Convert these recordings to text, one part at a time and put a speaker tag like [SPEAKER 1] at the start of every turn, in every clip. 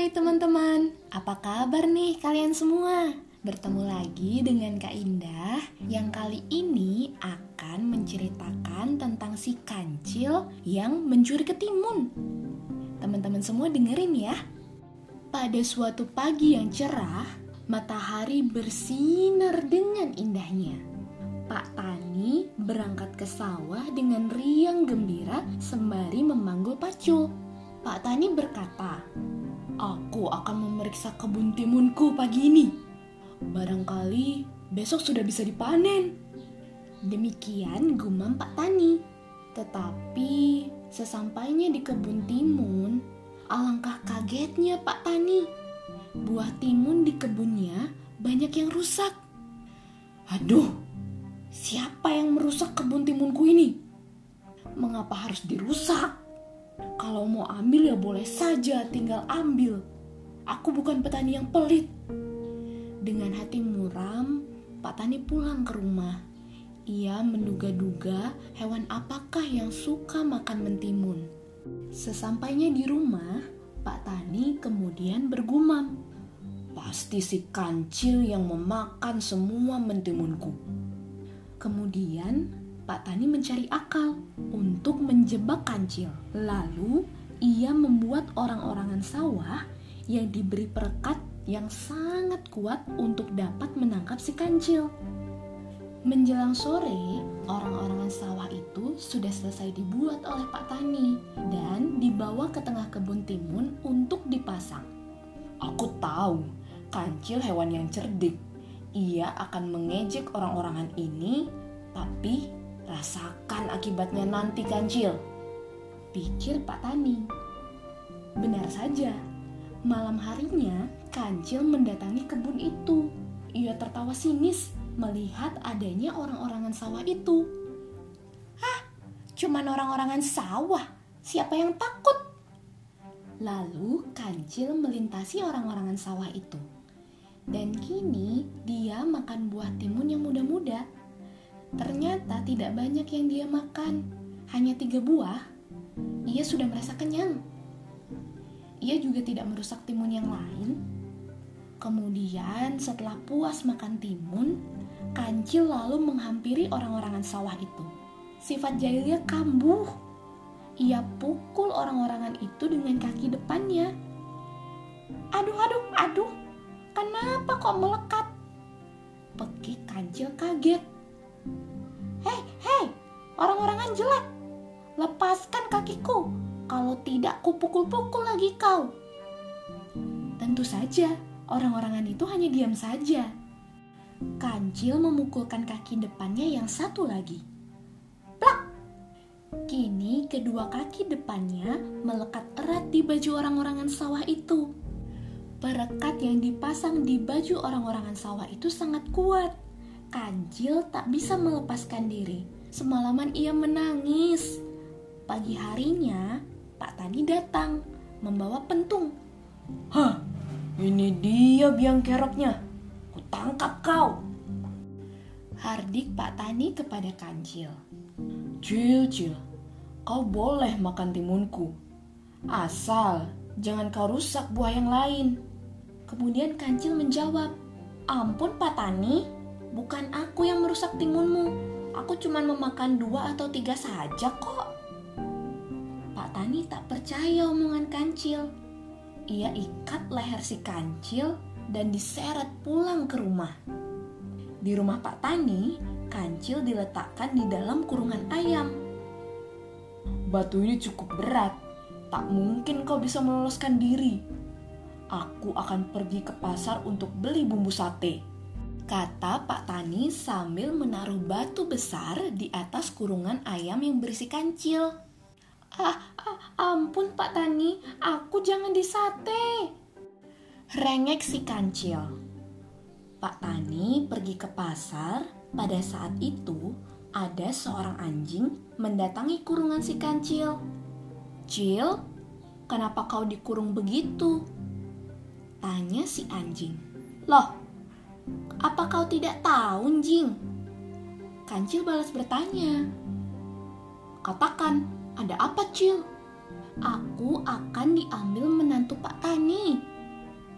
[SPEAKER 1] Hai teman-teman, apa kabar nih kalian semua? Bertemu lagi dengan Kak Indah yang kali ini akan menceritakan tentang si kancil yang mencuri ketimun. Teman-teman semua dengerin ya. Pada suatu pagi yang cerah, matahari bersinar dengan indahnya. Pak Tani berangkat ke sawah dengan riang gembira sembari memanggul pacul. Pak Tani berkata, "Aku akan memeriksa kebun timunku pagi ini. Barangkali besok sudah bisa dipanen." Demikian gumam Pak Tani. Tetapi sesampainya di kebun timun, alangkah kagetnya Pak Tani. Buah timun di kebunnya banyak yang rusak. "Aduh, siapa yang merusak kebun timunku ini? Mengapa harus dirusak? Kalau mau ambil ya boleh saja, tinggal ambil. Aku bukan petani yang pelit." Dengan hati muram, Pak Tani pulang ke rumah. Ia menduga-duga hewan apakah yang suka makan mentimun. Sesampainya di rumah, Pak Tani kemudian bergumam, "Pasti si kancil yang memakan semua mentimunku." Kemudian Pak Tani mencari akal untuk menjebak kancil. Lalu ia membuat orang-orangan sawah yang diberi perekat yang sangat kuat untuk dapat menangkap si kancil. Menjelang sore, orang-orangan sawah itu sudah selesai dibuat oleh Pak Tani dan dibawa ke tengah kebun timun untuk dipasang. "Aku tahu, kancil hewan yang cerdik. Ia akan mengejek orang-orangan ini, tapi rasakan akibatnya nanti kancil," pikir Pak Tani. Benar saja, malam harinya kancil mendatangi kebun itu. Ia tertawa sinis melihat adanya orang-orangan sawah itu. "Hah, cuman orang-orangan sawah, siapa yang takut?" Lalu kancil melintasi orang-orangan sawah itu. Dan kini dia makan buah timun yang muda-muda. Ternyata tidak banyak yang dia makan, hanya 3 buah. Ia sudah merasa kenyang. Ia juga tidak merusak timun yang lain. Kemudian setelah puas makan timun, kancil lalu menghampiri orang-orangan sawah itu. Sifat jahilnya kambuh. Ia pukul orang-orangan itu dengan kaki depannya. Aduh, kenapa kok melekat?" Pekik kancil kaget. Hei, orang-orangan jelek, lepaskan kakiku, kalau tidak kupukul-pukul lagi kau." Tentu saja, orang-orangan itu hanya diam saja. Kancil memukulkan kaki depannya yang satu lagi. Plak! Kini kedua kaki depannya melekat erat di baju orang-orangan sawah itu. Perekat yang dipasang di baju orang-orangan sawah itu sangat kuat. Kancil tak bisa melepaskan diri. Semalaman ia menangis. Pagi harinya, Pak Tani datang membawa pentung. "Hah, ini dia biang keroknya. Kutangkap kau," hardik Pak Tani kepada kancil. Cil, kau boleh makan timunku. Asal jangan kau rusak buah yang lain." Kemudian kancil menjawab, "Ampun Pak Tani, bukan aku yang merusak timunmu. Aku cuma memakan 2 atau 3 saja kok." Pak Tani tak percaya omongan kancil. Ia ikat leher si kancil dan diseret pulang ke rumah. Di rumah Pak Tani, kancil diletakkan di dalam kurungan ayam. "Batu ini cukup berat. Tak mungkin kau bisa meloloskan diri. Aku akan pergi ke pasar untuk beli bumbu sate," kata Pak Tani sambil menaruh batu besar di atas kurungan ayam yang berisi kancil. Ampun Pak Tani, aku jangan disate," rengek si kancil. Pak Tani pergi ke pasar. Pada saat itu ada seorang anjing mendatangi kurungan si kancil. "Cil, kenapa kau dikurung begitu?" tanya si anjing. "Loh, apa kau tidak tahu, Jing?" Kancil balas bertanya. "Katakan, ada apa, Cil?" "Aku akan diambil menantu Pak Tani,"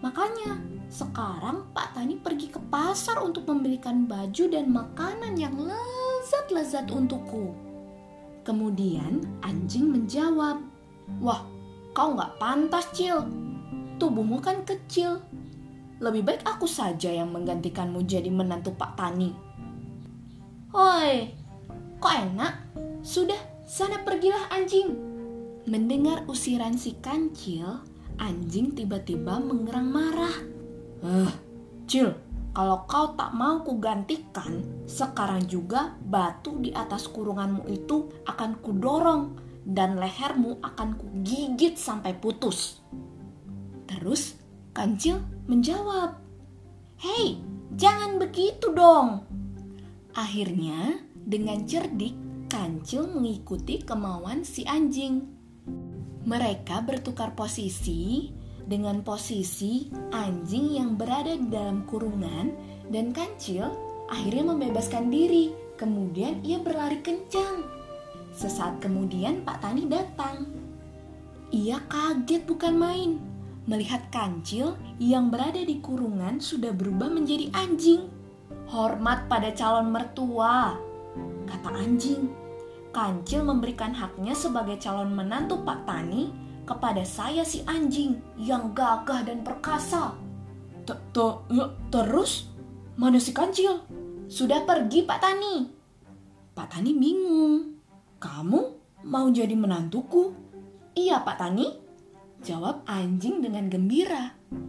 [SPEAKER 1] Makanya sekarang Pak Tani pergi ke pasar untuk membelikan baju dan makanan yang lezat-lezat untukku. Kemudian anjing menjawab, "Wah, kau gak pantas, Cil. Tubuhmu kan kecil. Lebih baik aku saja yang menggantikanmu jadi menantu Pak Tani." "Hoi, kok enak? Sudah, sana pergilah anjing." Mendengar usiran si kancil, anjing tiba-tiba mengerang marah. Cil, kalau kau tak mau kugantikan, sekarang juga batu di atas kurunganmu itu akan kudorong dan lehermu akan kugigit sampai putus." Terus kancil menjawab, "Hei, jangan begitu dong." Akhirnya dengan cerdik kancil mengikuti kemauan si anjing. Mereka bertukar posisi dengan posisi anjing yang berada di dalam kurungan, dan kancil akhirnya membebaskan diri. Kemudian ia berlari kencang. Sesaat kemudian Pak Tani datang. Ia kaget bukan main melihat kancil yang berada di kurungan sudah berubah menjadi anjing. "Hormat pada calon mertua," kata anjing. "Kancil memberikan haknya sebagai calon menantu Pak Tani kepada saya si anjing yang gagah dan perkasa." Terus mana si kancil?" "Sudah pergi Pak Tani." Pak Tani bingung. "Kamu mau jadi menantuku?" "Iya Pak Tani," jawab anjing dengan gembira.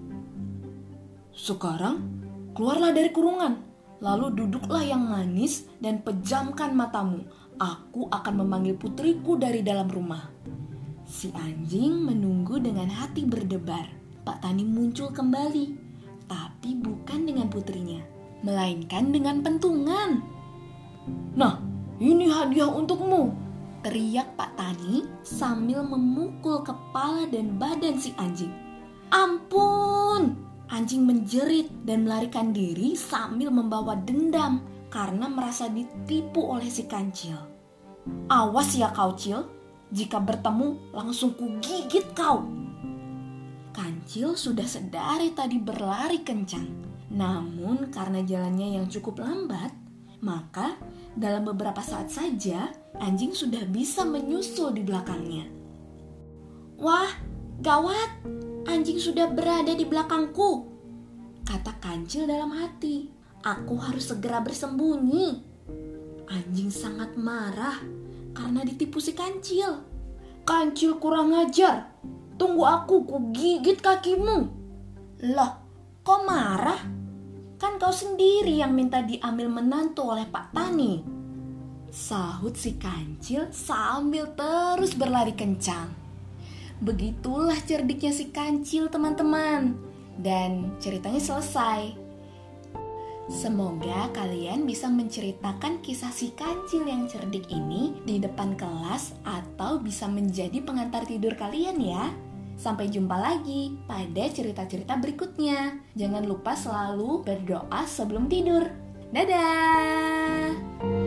[SPEAKER 1] "Sekarang keluarlah dari kurungan, lalu duduklah yang manis dan pejamkan matamu. Aku akan memanggil putriku dari dalam rumah." Si anjing menunggu dengan hati berdebar. Pak Tani muncul kembali, tapi bukan dengan putrinya, melainkan dengan pentungan. "Nah, ini hadiah untukmu," teriak Pak Tani sambil memukul kepala dan badan si anjing. "Ampun!" Anjing menjerit dan melarikan diri sambil membawa dendam karena merasa ditipu oleh si kancil. "Awas ya kau, Cil. Jika bertemu langsung kugigit kau." Kancil sudah sedari tadi berlari kencang. Namun karena jalannya yang cukup lambat, maka dalam beberapa saat saja anjing sudah bisa menyusul di belakangnya. "Wah, gawat! Anjing sudah berada di belakangku," kata kancil dalam hati. "Aku harus segera bersembunyi." Anjing sangat marah karena ditipu si kancil. "Kancil kurang ajar. Tunggu aku gigit kakimu." "Loh, kok marah? Kan kau sendiri yang minta diambil menantu oleh Pak Tani," sahut si kancil sambil terus berlari kencang. Begitulah cerdiknya si kancil, teman-teman. Dan ceritanya selesai. Semoga kalian bisa menceritakan kisah si kancil yang cerdik ini di depan kelas atau bisa menjadi pengantar tidur kalian ya. Sampai jumpa lagi pada cerita-cerita berikutnya. Jangan lupa selalu berdoa sebelum tidur. Dadah!